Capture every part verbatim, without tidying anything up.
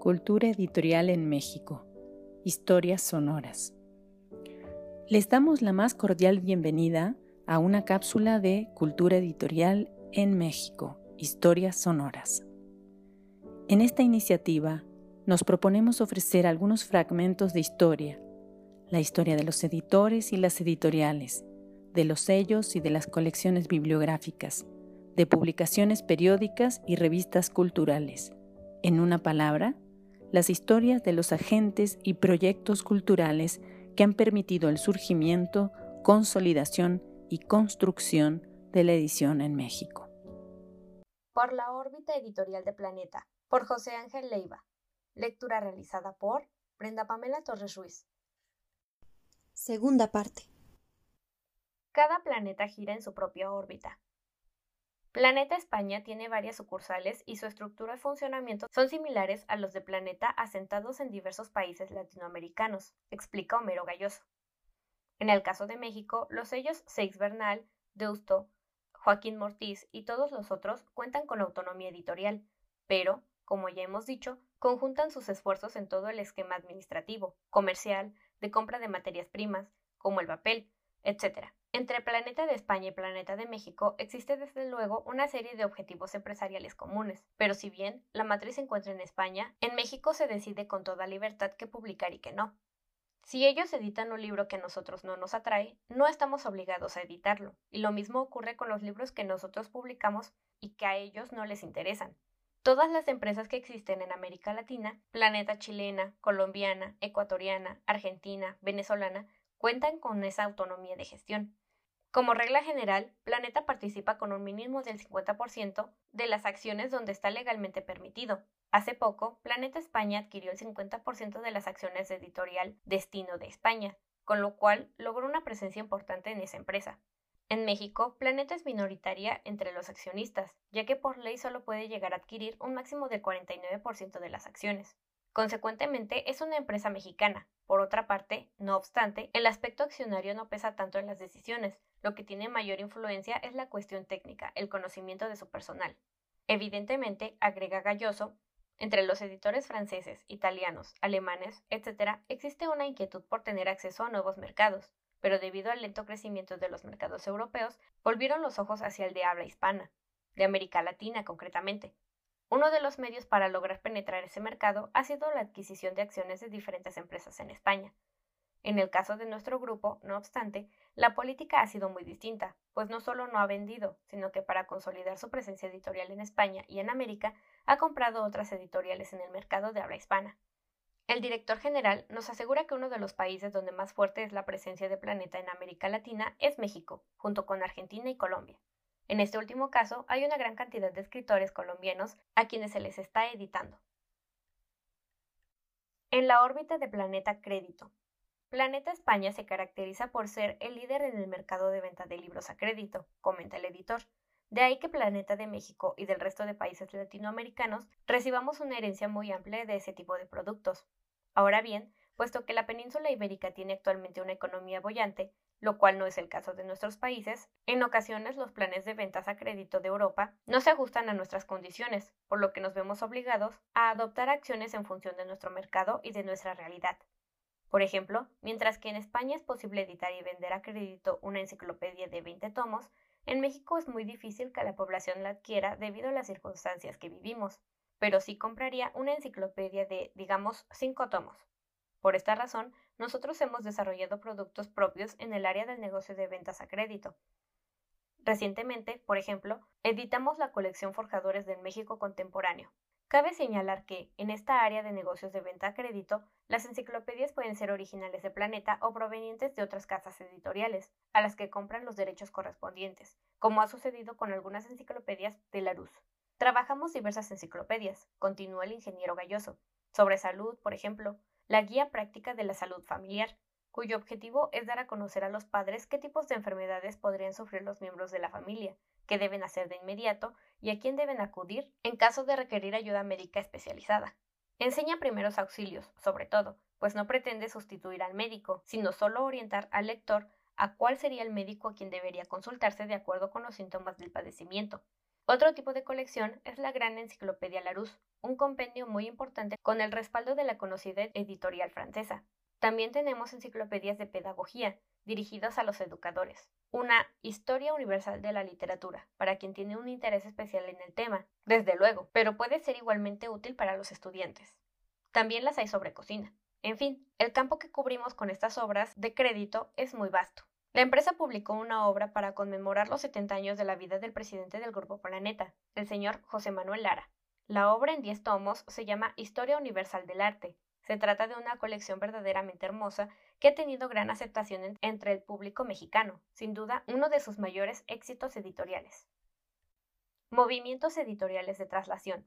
Cultura editorial en México. Historias sonoras. Les damos la más cordial bienvenida a una cápsula de Cultura editorial en México. Historias sonoras. En esta iniciativa nos proponemos ofrecer algunos fragmentos de historia, la historia de los editores y las editoriales, de los sellos y de las colecciones bibliográficas, de publicaciones periódicas y revistas culturales. En una palabra, las historias de los agentes y proyectos culturales que han permitido el surgimiento, consolidación y construcción de la edición en México. Por la órbita editorial de Planeta, por José Ángel Leiva. Lectura realizada por Brenda Pamela Torres Ruiz. Segunda parte. Cada planeta gira en su propia órbita. Planeta España tiene varias sucursales y su estructura y funcionamiento son similares a los de Planeta asentados en diversos países latinoamericanos, explica Homero Galloso. En el caso de México, los sellos Seix Bernal, Deusto, Joaquín Mortiz y todos los otros cuentan con autonomía editorial, pero, como ya hemos dicho, conjuntan sus esfuerzos en todo el esquema administrativo, comercial, de compra de materias primas, como el papel, etcétera. Entre Planeta de España y Planeta de México existe desde luego una serie de objetivos empresariales comunes, pero si bien la matriz se encuentra en España, en México se decide con toda libertad qué publicar y qué no. Si ellos editan un libro que a nosotros no nos atrae, no estamos obligados a editarlo, y lo mismo ocurre con los libros que nosotros publicamos y que a ellos no les interesan. Todas las empresas que existen en América Latina, Planeta chilena, colombiana, ecuatoriana, argentina, venezolana, cuentan con esa autonomía de gestión. Como regla general, Planeta participa con un mínimo del cincuenta por ciento de las acciones donde está legalmente permitido. Hace poco, Planeta España adquirió el cincuenta por ciento de las acciones de Editorial Destino de España, con lo cual logró una presencia importante en esa empresa. En México, Planeta es minoritaria entre los accionistas, ya que por ley solo puede llegar a adquirir un máximo del cuarenta y nueve por ciento de las acciones. Consecuentemente, es una empresa mexicana. Por otra parte, no obstante, el aspecto accionario no pesa tanto en las decisiones. Lo que tiene mayor influencia es la cuestión técnica, el conocimiento de su personal. Evidentemente, agrega Galloso, entre los editores franceses, italianos, alemanes, etcétera, existe una inquietud por tener acceso a nuevos mercados, pero debido al lento crecimiento de los mercados europeos, volvieron los ojos hacia el de habla hispana, de América Latina concretamente. Uno de los medios para lograr penetrar ese mercado ha sido la adquisición de acciones de diferentes empresas en España. En el caso de nuestro grupo, no obstante, la política ha sido muy distinta, pues no solo no ha vendido, sino que para consolidar su presencia editorial en España y en América, ha comprado otras editoriales en el mercado de habla hispana. El director general nos asegura que uno de los países donde más fuerte es la presencia de Planeta en América Latina es México, junto con Argentina y Colombia. En este último caso, hay una gran cantidad de escritores colombianos a quienes se les está editando. En la órbita de Planeta Crédito. Planeta España se caracteriza por ser el líder en el mercado de venta de libros a crédito, comenta el editor. De ahí que Planeta de México y del resto de países latinoamericanos recibamos una herencia muy amplia de ese tipo de productos. Ahora bien, puesto que la península ibérica tiene actualmente una economía boyante, lo cual no es el caso de nuestros países, en ocasiones los planes de ventas a crédito de Europa no se ajustan a nuestras condiciones, por lo que nos vemos obligados a adoptar acciones en función de nuestro mercado y de nuestra realidad. Por ejemplo, mientras que en España es posible editar y vender a crédito una enciclopedia de veinte tomos, en México es muy difícil que la población la adquiera debido a las circunstancias que vivimos, pero sí compraría una enciclopedia de, digamos, cinco tomos. Por esta razón, nosotros hemos desarrollado productos propios en el área del negocio de ventas a crédito. Recientemente, por ejemplo, editamos la colección Forjadores del México Contemporáneo. Cabe señalar que, en esta área de negocios de venta a crédito, las enciclopedias pueden ser originales de Planeta o provenientes de otras casas editoriales, a las que compran los derechos correspondientes, como ha sucedido con algunas enciclopedias de Larousse. Trabajamos diversas enciclopedias, continúa el ingeniero Galloso, sobre salud, por ejemplo, la Guía Práctica de la Salud Familiar, cuyo objetivo es dar a conocer a los padres qué tipos de enfermedades podrían sufrir los miembros de la familia, qué deben hacer de inmediato y a quién deben acudir en caso de requerir ayuda médica especializada. Enseña primeros auxilios, sobre todo, pues no pretende sustituir al médico, sino solo orientar al lector a cuál sería el médico a quien debería consultarse de acuerdo con los síntomas del padecimiento. Otro tipo de colección es la Gran Enciclopedia Larousse, un compendio muy importante con el respaldo de la conocida editorial francesa. También tenemos enciclopedias de pedagogía, dirigidas a los educadores. Una Historia Universal de la Literatura, para quien tiene un interés especial en el tema, desde luego, pero puede ser igualmente útil para los estudiantes. También las hay sobre cocina. En fin, el campo que cubrimos con estas obras de crédito es muy vasto. La empresa publicó una obra para conmemorar los setenta años de la vida del presidente del Grupo Planeta, el señor José Manuel Lara. La obra en diez tomos se llama Historia Universal del Arte. Se trata de una colección verdaderamente hermosa que ha tenido gran aceptación entre el público mexicano, sin duda uno de sus mayores éxitos editoriales. Movimientos editoriales de traslación.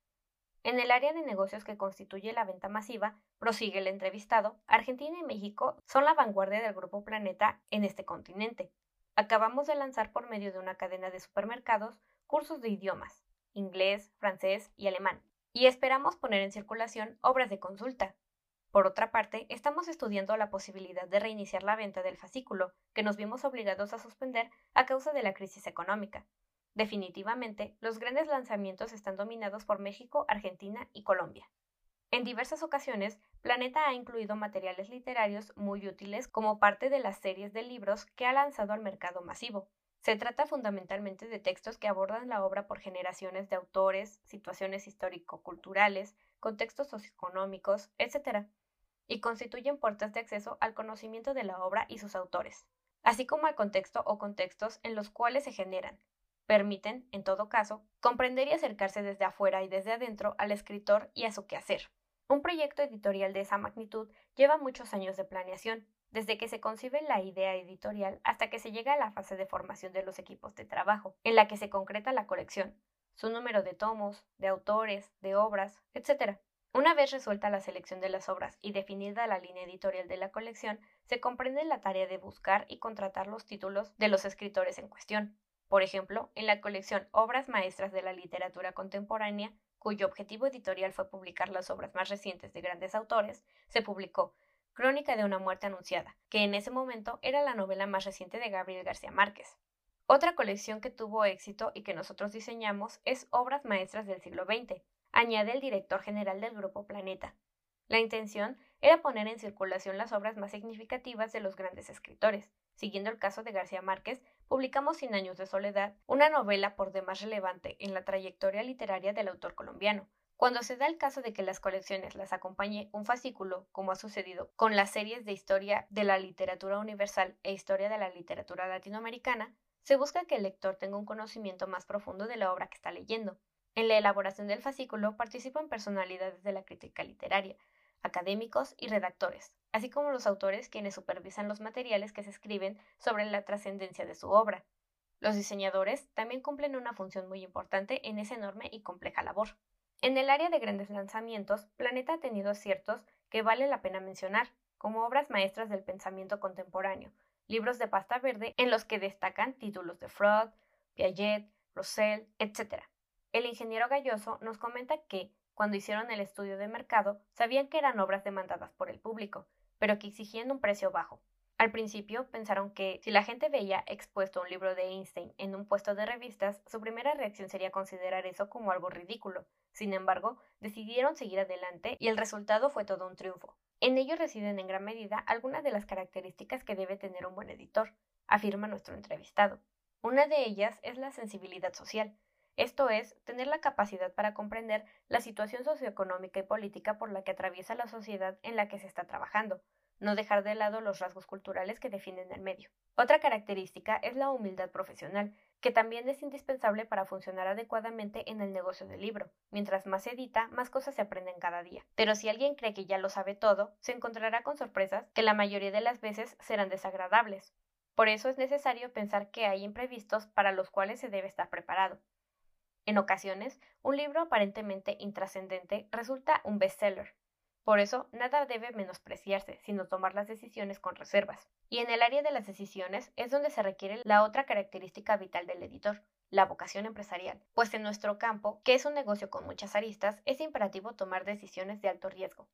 En el área de negocios que constituye la venta masiva, prosigue el entrevistado, Argentina y México son la vanguardia del Grupo Planeta en este continente. Acabamos de lanzar por medio de una cadena de supermercados cursos de idiomas, inglés, francés y alemán, y esperamos poner en circulación obras de consulta. Por otra parte, estamos estudiando la posibilidad de reiniciar la venta del fascículo, que nos vimos obligados a suspender a causa de la crisis económica. Definitivamente, los grandes lanzamientos están dominados por México, Argentina y Colombia. En diversas ocasiones, Planeta ha incluido materiales literarios muy útiles como parte de las series de libros que ha lanzado al mercado masivo. Se trata fundamentalmente de textos que abordan la obra por generaciones de autores, situaciones histórico-culturales, contextos socioeconómicos, etcétera, y constituyen puertas de acceso al conocimiento de la obra y sus autores, así como al contexto o contextos en los cuales se generan. Permiten, en todo caso, comprender y acercarse desde afuera y desde adentro al escritor y a su quehacer. Un proyecto editorial de esa magnitud lleva muchos años de planeación, desde que se concibe la idea editorial hasta que se llega a la fase de formación de los equipos de trabajo, en la que se concreta la colección, su número de tomos, de autores, de obras, etcétera. Una vez resuelta la selección de las obras y definida la línea editorial de la colección, se comprende la tarea de buscar y contratar los títulos de los escritores en cuestión. Por ejemplo, en la colección Obras Maestras de la Literatura Contemporánea, cuyo objetivo editorial fue publicar las obras más recientes de grandes autores, se publicó Crónica de una muerte anunciada, que en ese momento era la novela más reciente de Gabriel García Márquez. Otra colección que tuvo éxito y que nosotros diseñamos es Obras Maestras del siglo veinte, añade el director general del Grupo Planeta. La intención era poner en circulación las obras más significativas de los grandes escritores. Siguiendo el caso de García Márquez, publicamos Cien años de soledad, una novela por demás relevante en la trayectoria literaria del autor colombiano. Cuando se da el caso de que las colecciones las acompañe un fascículo, como ha sucedido con las series de Historia de la Literatura Universal e Historia de la Literatura Latinoamericana, se busca que el lector tenga un conocimiento más profundo de la obra que está leyendo. En la elaboración del fascículo participan personalidades de la crítica literaria, académicos y redactores, así como los autores quienes supervisan los materiales que se escriben sobre la trascendencia de su obra. Los diseñadores también cumplen una función muy importante en esa enorme y compleja labor. En el área de grandes lanzamientos, Planeta ha tenido aciertos que vale la pena mencionar, como obras maestras del pensamiento contemporáneo, libros de pasta verde en los que destacan títulos de Freud, Piaget, Roussel, etcétera. El ingeniero Galloso nos comenta que, cuando hicieron el estudio de mercado, sabían que eran obras demandadas por el público, pero que exigían un precio bajo. Al principio pensaron que, si la gente veía expuesto un libro de Einstein en un puesto de revistas, su primera reacción sería considerar eso como algo ridículo. Sin embargo, decidieron seguir adelante y el resultado fue todo un triunfo. En ello residen en gran medida algunas de las características que debe tener un buen editor, afirma nuestro entrevistado. Una de ellas es la sensibilidad social. Esto es, tener la capacidad para comprender la situación socioeconómica y política por la que atraviesa la sociedad en la que se está trabajando, no dejar de lado los rasgos culturales que definen el medio. Otra característica es la humildad profesional, que también es indispensable para funcionar adecuadamente en el negocio del libro. Mientras más se edita, más cosas se aprenden cada día. Pero si alguien cree que ya lo sabe todo, se encontrará con sorpresas que la mayoría de las veces serán desagradables. Por eso es necesario pensar que hay imprevistos para los cuales se debe estar preparado. En ocasiones, un libro aparentemente intrascendente resulta un bestseller. Por eso, nada debe menospreciarse, sino tomar las decisiones con reservas. Y en el área de las decisiones es donde se requiere la otra característica vital del editor, la vocación empresarial. Pues en nuestro campo, que es un negocio con muchas aristas, es imperativo tomar decisiones de alto riesgo.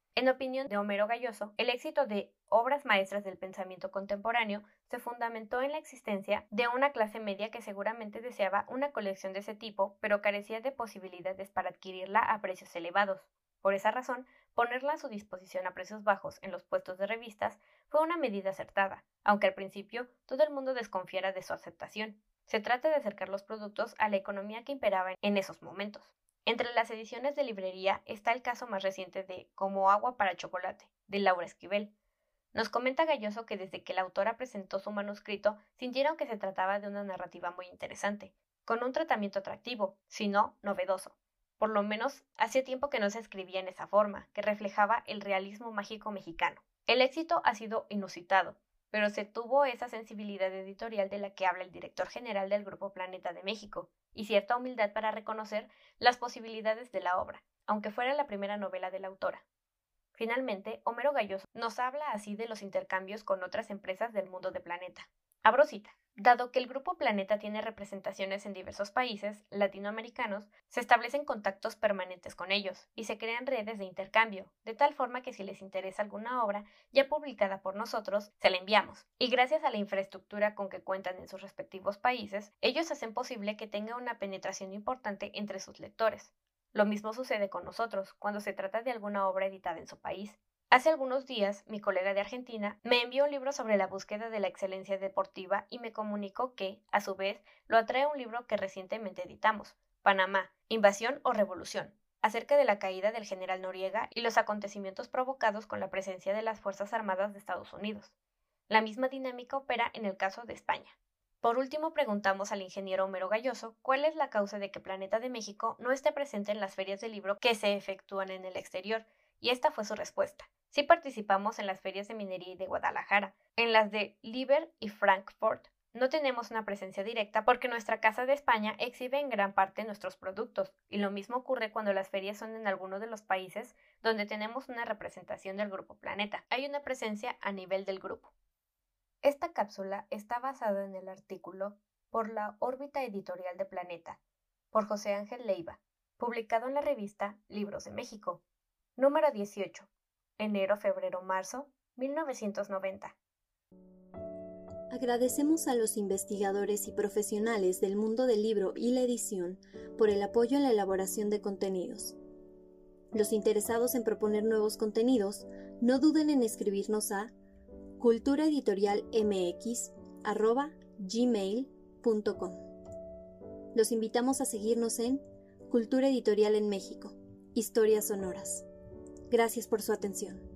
En opinión de Homero Galloso, el éxito de obras maestras del pensamiento contemporáneo se fundamentó en la existencia de una clase media que seguramente deseaba una colección de ese tipo, pero carecía de posibilidades para adquirirla a precios elevados. Por esa razón, ponerla a su disposición a precios bajos en los puestos de revistas fue una medida acertada, aunque al principio todo el mundo desconfiara de su aceptación. Se trata de acercar los productos a la economía que imperaba en esos momentos. Entre las ediciones de librería está el caso más reciente de Como agua para chocolate, de Laura Esquivel. Nos comenta Galloso que desde que la autora presentó su manuscrito, sintieron que se trataba de una narrativa muy interesante, con un tratamiento atractivo, si no novedoso. Por lo menos hacía tiempo que no se escribía en esa forma, que reflejaba el realismo mágico mexicano. El éxito ha sido inusitado, pero se tuvo esa sensibilidad editorial de la que habla el director general del Grupo Planeta de México, y cierta humildad para reconocer las posibilidades de la obra, aunque fuera la primera novela de la autora. Finalmente, Homero Galloso nos habla así de los intercambios con otras empresas del mundo de Planeta. Abro cita. Dado que el Grupo Planeta tiene representaciones en diversos países latinoamericanos, se establecen contactos permanentes con ellos y se crean redes de intercambio, de tal forma que si les interesa alguna obra ya publicada por nosotros, se la enviamos. Y gracias a la infraestructura con que cuentan en sus respectivos países, ellos hacen posible que tenga una penetración importante entre sus lectores. Lo mismo sucede con nosotros, cuando se trata de alguna obra editada en su país. Hace algunos días, mi colega de Argentina me envió un libro sobre la búsqueda de la excelencia deportiva y me comunicó que, a su vez, lo atrae un libro que recientemente editamos, Panamá, Invasión o Revolución, acerca de la caída del general Noriega y los acontecimientos provocados con la presencia de las Fuerzas Armadas de Estados Unidos. La misma dinámica opera en el caso de España. Por último, preguntamos al ingeniero Homero Galloso cuál es la causa de que Planeta de México no esté presente en las ferias de libro que se efectúan en el exterior, y esta fue su respuesta. Sí participamos en las ferias de minería y de Guadalajara, en las de Liber y Frankfurt. No tenemos una presencia directa porque nuestra Casa de España exhibe en gran parte nuestros productos, y lo mismo ocurre cuando las ferias son en alguno de los países donde tenemos una representación del Grupo Planeta. Hay una presencia a nivel del grupo. Esta cápsula está basada en el artículo Por la órbita editorial de Planeta, por José Ángel Leiva, publicado en la revista Libros de México, número dieciocho, enero-febrero-marzo, mil novecientos noventa. Agradecemos a los investigadores y profesionales del mundo del libro y la edición por el apoyo en la elaboración de contenidos. Los interesados en proponer nuevos contenidos, no duden en escribirnos a culturaeditorialmx arroba gmail punto com. Los invitamos a seguirnos en Cultura Editorial en México, Historias Sonoras. Gracias por su atención.